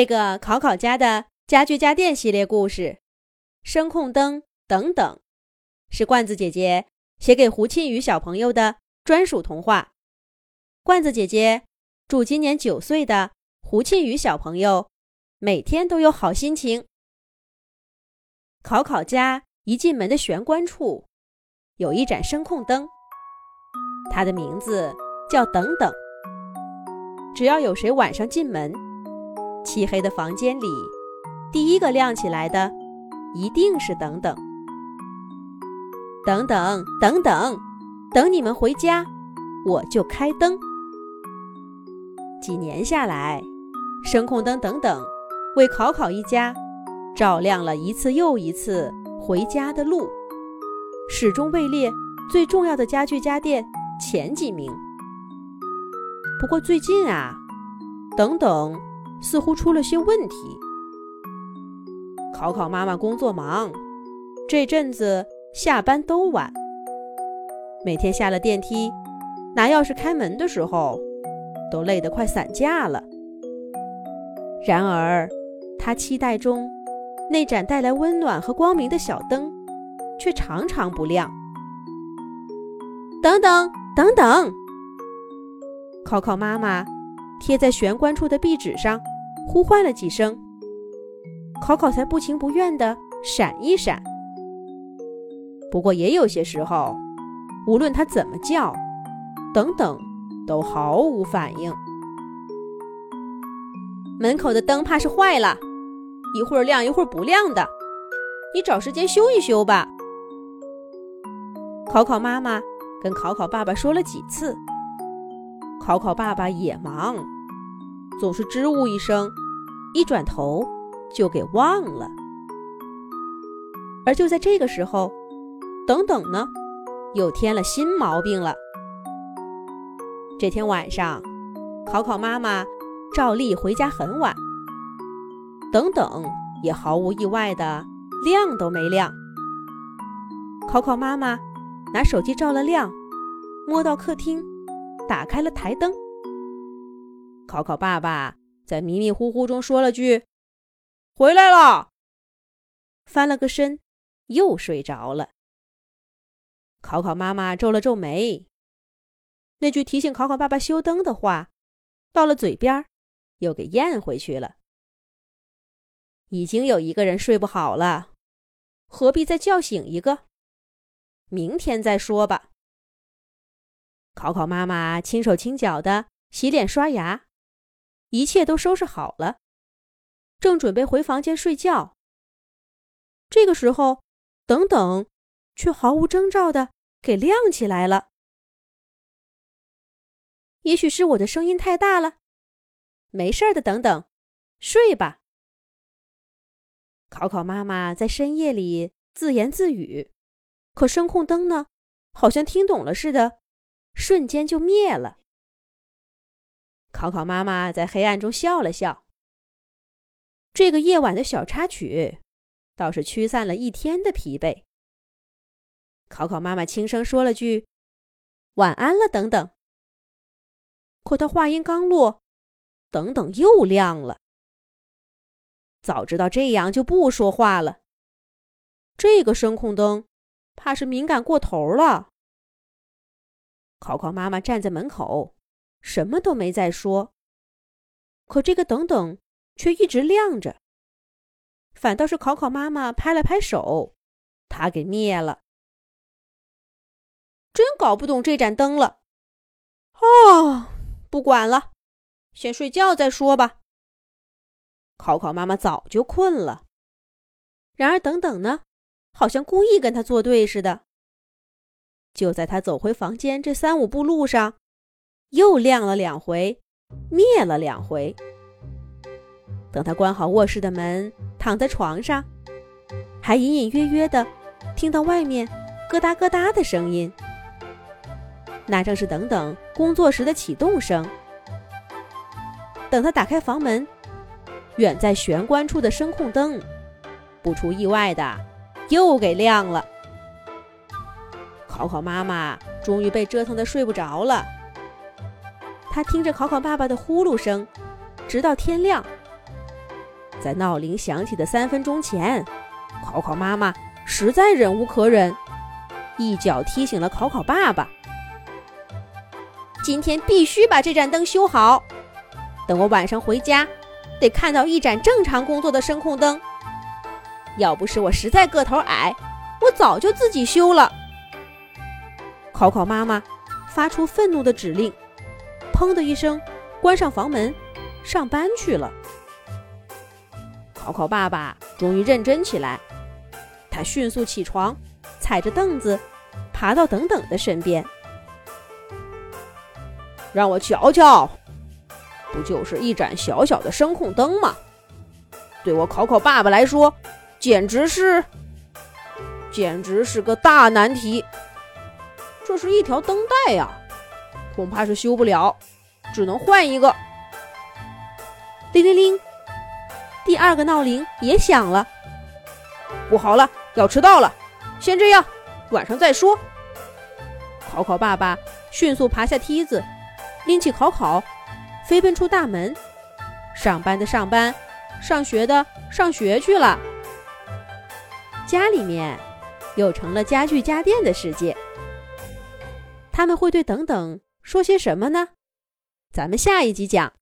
这个考考家的家具家电系列故事，声控灯等等，是罐子姐姐写给胡沁宇小朋友的专属童话。罐子姐姐祝今年9岁的胡沁宇小朋友每天都有好心情。考考家一进门的玄关处有一盏声控灯，它的名字叫等等。只要有谁晚上进门，漆黑的房间里第一个亮起来的一定是等等。等等等等，等你们回家我就开灯。几年下来，声控灯等等为考考一家照亮了一次又一次回家的路，始终位列最重要的家具家电前几名。不过最近等等似乎出了些问题。考考妈妈工作忙，这阵子下班都晚，每天下了电梯拿钥匙开门的时候都累得快散架了。然而她期待中那盏带来温暖和光明的小灯却常常不亮。等等等等，考考妈妈贴在玄关处的壁纸上呼唤了几声，考考才不情不愿地闪一闪。不过也有些时候，无论他怎么叫，等等都毫无反应。门口的灯怕是坏了，一会儿亮一会儿不亮的，你找时间修一修吧。考考妈妈跟考考爸爸说了几次，考考爸爸也忙，总是支吾一声，一转头就给忘了。而就在这个时候，等等呢又添了新毛病了。这天晚上，考考妈妈照例回家很晚，等等也毫无意外的亮都没亮。考考妈妈拿手机照了亮，摸到客厅打开了台灯。考考爸爸在迷迷糊糊中说了句回来了，翻了个身又睡着了。考考妈妈皱了皱眉，那句提醒考考爸爸修灯的话到了嘴边又给咽回去了。已经有一个人睡不好了，何必再叫醒一个？明天再说吧。考考妈妈轻手轻脚的洗脸刷牙，一切都收拾好了，正准备回房间睡觉。这个时候，等等却毫无征兆的给亮起来了。也许是我的声音太大了，没事的，等等，睡吧。考考妈妈在深夜里自言自语，可声控灯呢，好像听懂了似的，瞬间就灭了。考考妈妈在黑暗中笑了笑，这个夜晚的小插曲倒是驱散了一天的疲惫。考考妈妈轻声说了句晚安了，等等。可她话音刚落，等等又亮了。早知道这样就不说话了，这个声控灯怕是敏感过头了。考考妈妈站在门口，什么都没再说，可这个等等却一直亮着。反倒是考考妈妈拍了拍手，它给灭了。真搞不懂这盏灯了。不管了，先睡觉再说吧。考考妈妈早就困了，然而等等呢，好像故意跟她作对似的。就在她走回房间这3-5步路上，又亮了2回，灭了2回。等她关好卧室的门，躺在床上，还隐隐约约的听到外面咯哒咯哒的声音，那正是等等工作时的启动声。等她打开房门，远在玄关处的声控灯不出意外的又给亮了。考考妈妈终于被折腾得睡不着了，她听着考考爸爸的呼噜声直到天亮， 在闹铃响起的3分钟前，考考妈妈实在忍无可忍，一脚踢醒了考考爸爸。今天必须把这盏灯修好，等我晚上回家，得看到一盏正常工作的声控灯。要不是我实在个头矮，我早就自己修了。考考妈妈发出愤怒的指令，砰的一声关上房门，上班去了。考考爸爸终于认真起来，他迅速起床，踩着凳子爬到等等的身边。让我瞧瞧，不就是一盏小小的声控灯吗？对我考考爸爸来说，简直是个大难题。这是一条灯带呀，恐怕是修不了，只能换一个。铃铃铃，第2个闹铃也响了。不好了，要迟到了，先这样，晚上再说。考考爸爸迅速爬下梯子，拎起考考，飞奔出大门。上班的上班，上学的上学去了。家里面又成了家具家电的世界。他们会对等等说些什么呢？咱们下一集讲。